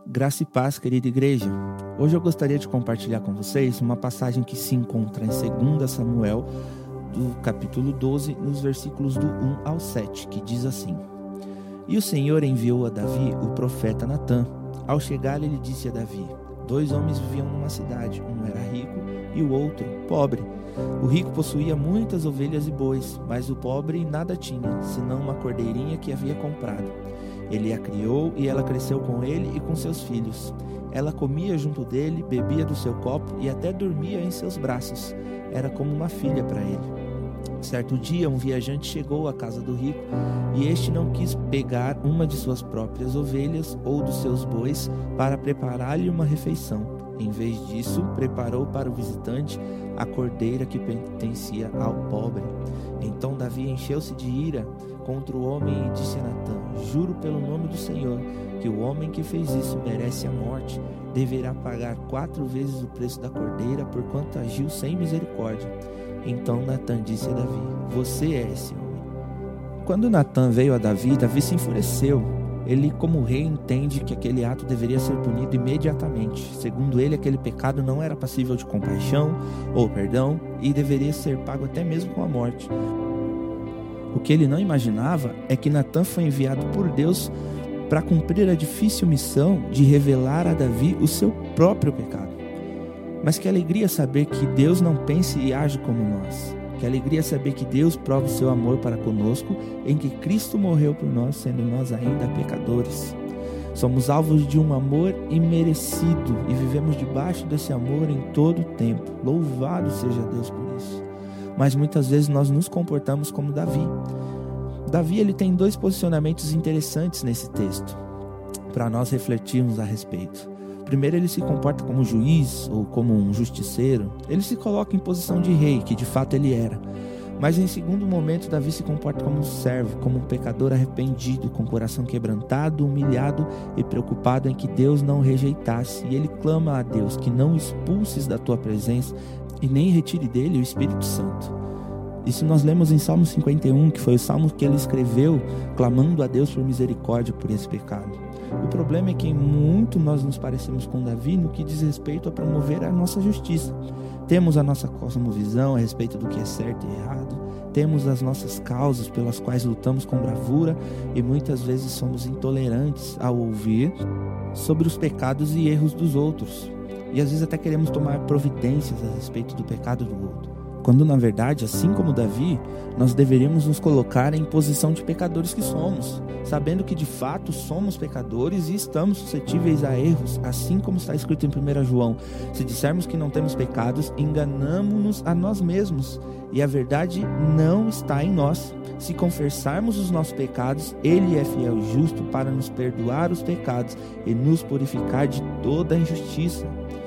Graça e paz, querida igreja. Hoje eu gostaria de compartilhar com vocês uma passagem que se encontra em 2 Samuel, do capítulo 12, nos versículos do 1 ao 7, que diz assim: E o Senhor enviou a Davi o profeta Natã. Ao chegar, ele disse a Davi: 2 homens viviam numa cidade, um era rico e o outro pobre. O rico possuía muitas ovelhas e bois, mas o pobre nada tinha, senão uma cordeirinha que havia comprado. Ele a criou e ela cresceu com ele e com seus filhos. Ela comia junto dele, bebia do seu copo e até dormia em seus braços. Era como uma filha para ele. Certo dia, um viajante chegou à casa do rico e este não quis pegar uma de suas próprias ovelhas ou dos seus bois para preparar-lhe uma refeição. Em vez disso, preparou para o visitante a cordeira que pertencia ao pobre. Então Davi encheu-se de ira contra o homem e disse a Natã: Juro pelo nome do Senhor que o homem que fez isso merece a morte. Deverá pagar 4 vezes o preço da cordeira, porquanto agiu sem misericórdia. Então Natã disse a Davi: Você é esse homem. Quando Natã veio a Davi, Davi se enfureceu. Ele, como rei, entende que aquele ato deveria ser punido imediatamente. Segundo ele, aquele pecado não era passível de compaixão ou perdão e deveria ser pago até mesmo com a morte. O que ele não imaginava é que Natã foi enviado por Deus para cumprir a difícil missão de revelar a Davi o seu próprio pecado. Mas que alegria saber que Deus não pensa e age como nós. Que alegria saber que Deus prova o seu amor para conosco, em que Cristo morreu por nós, sendo nós ainda pecadores. Somos alvos de um amor imerecido e vivemos debaixo desse amor em todo o tempo. Louvado seja Deus por isso. Mas muitas vezes nós nos comportamos como Davi. Davi ele tem 2 posicionamentos interessantes nesse texto, para nós refletirmos a respeito. Primeiro, ele se comporta como juiz ou como um justiceiro. Ele se coloca em posição de rei, que de fato ele era. Mas em segundo momento, Davi se comporta como um servo, como um pecador arrependido, com o coração quebrantado, humilhado e preocupado em que Deus não o rejeitasse. E ele clama a Deus que não expulses da tua presença e nem retire dele o Espírito Santo. Isso nós lemos em Salmo 51, que foi o salmo que ele escreveu, clamando a Deus por misericórdia por esse pecado. O problema é que muito nós nos parecemos com Davi no que diz respeito a promover a nossa justiça. Temos a nossa cosmovisão a respeito do que é certo e errado, temos as nossas causas pelas quais lutamos com bravura e muitas vezes somos intolerantes ao ouvir sobre os pecados e erros dos outros. E às vezes até queremos tomar providências a respeito do pecado do outro. Quando na verdade, assim como Davi, nós deveríamos nos colocar em posição de pecadores que somos, sabendo que de fato somos pecadores e estamos suscetíveis a erros, assim como está escrito em 1 João. Se dissermos que não temos pecados, enganamo-nos a nós mesmos, e a verdade não está em nós. Se confessarmos os nossos pecados, Ele é fiel e justo para nos perdoar os pecados e nos purificar de toda a injustiça.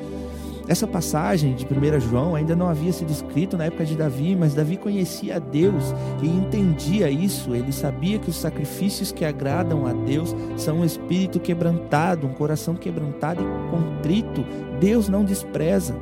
Essa passagem de 1 João ainda não havia sido escrita na época de Davi, mas Davi conhecia a Deus e entendia isso. Ele sabia que os sacrifícios que agradam a Deus são um espírito quebrantado, um coração quebrantado e contrito. Deus não despreza.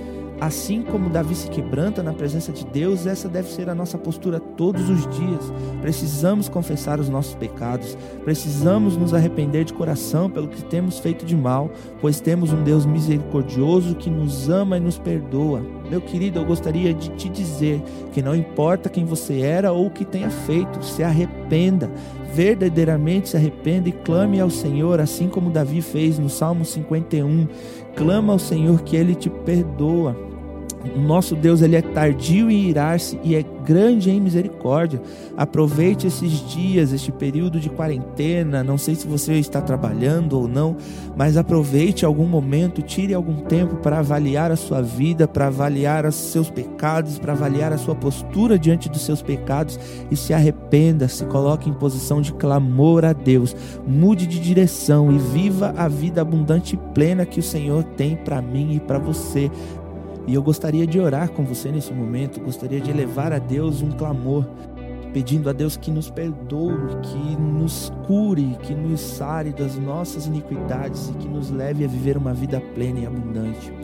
Assim como Davi se quebranta na presença de Deus, essa deve ser a nossa postura todos os dias. Precisamos confessar os nossos pecados, precisamos nos arrepender de coração pelo que temos feito de mal, pois temos um Deus misericordioso que nos ama e nos perdoa. Meu querido, eu gostaria de te dizer que não importa quem você era ou o que tenha feito, se arrependa, verdadeiramente se arrependa e clame ao Senhor, assim como Davi fez no Salmo 51. Clama ao Senhor que Ele te perdoa. O nosso Deus, Ele é tardio em irar-se e é grande em misericórdia. Aproveite esses dias, este período de quarentena. Não sei se você está trabalhando ou não, mas aproveite algum momento, tire algum tempo para avaliar a sua vida, para avaliar os seus pecados, para avaliar a sua postura diante dos seus pecados e se arrependa, se coloque em posição de clamor a Deus. Mude de direção e viva a vida abundante e plena que o Senhor tem para mim e para você. E eu gostaria de orar com você nesse momento, gostaria de elevar a Deus um clamor, pedindo a Deus que nos perdoe, que nos cure, que nos sare das nossas iniquidades e que nos leve a viver uma vida plena e abundante.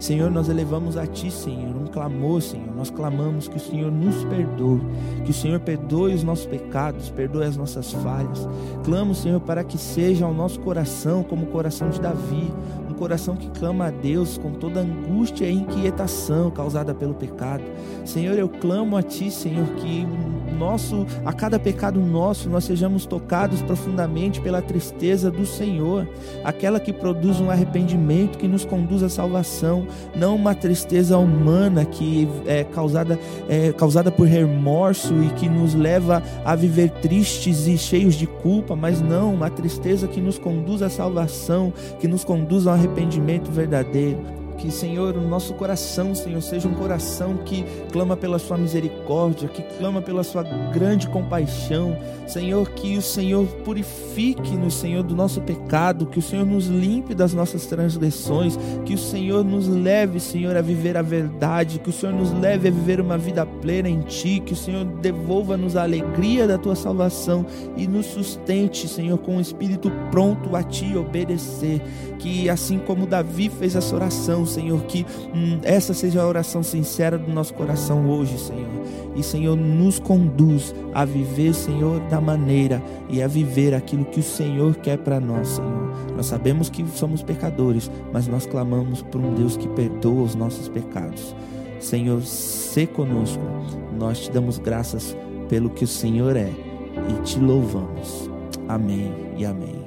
Senhor, nós elevamos a Ti, Senhor, um clamor, Senhor. Nós clamamos que o Senhor nos perdoe, que o Senhor perdoe os nossos pecados, perdoe as nossas falhas. Clamo, Senhor, para que seja o nosso coração como o coração de Davi, um coração que clama a Deus com toda angústia e inquietação causada pelo pecado. Senhor, eu clamo a Ti, Senhor, que a cada pecado nosso, nós sejamos tocados profundamente pela tristeza do Senhor, aquela que produz um arrependimento que nos conduz à salvação, não uma tristeza humana que é causada por remorso e que nos leva a viver tristes e cheios de culpa, mas não, uma tristeza que nos conduz à salvação, que nos conduz ao arrependimento verdadeiro. Que, Senhor, o nosso coração, Senhor, seja um coração que clama pela Sua misericórdia, que clama pela Sua grande compaixão. Senhor, que o Senhor purifique-nos, Senhor, do nosso pecado, que o Senhor nos limpe das nossas transgressões, que o Senhor nos leve, Senhor, a viver a verdade, que o Senhor nos leve a viver uma vida plena em Ti, que o Senhor devolva-nos a alegria da Tua salvação e nos sustente, Senhor, com o espírito pronto a Te obedecer. Que assim como Davi fez essa oração, Senhor, que essa seja a oração sincera do nosso coração hoje, Senhor. E, Senhor, nos conduz a viver, Senhor, da maneira e a viver aquilo que o Senhor quer para nós, Senhor. Nós sabemos que somos pecadores, mas nós clamamos por um Deus que perdoa os nossos pecados. Senhor, sê conosco. Nós Te damos graças pelo que o Senhor é e Te louvamos. Amém e amém.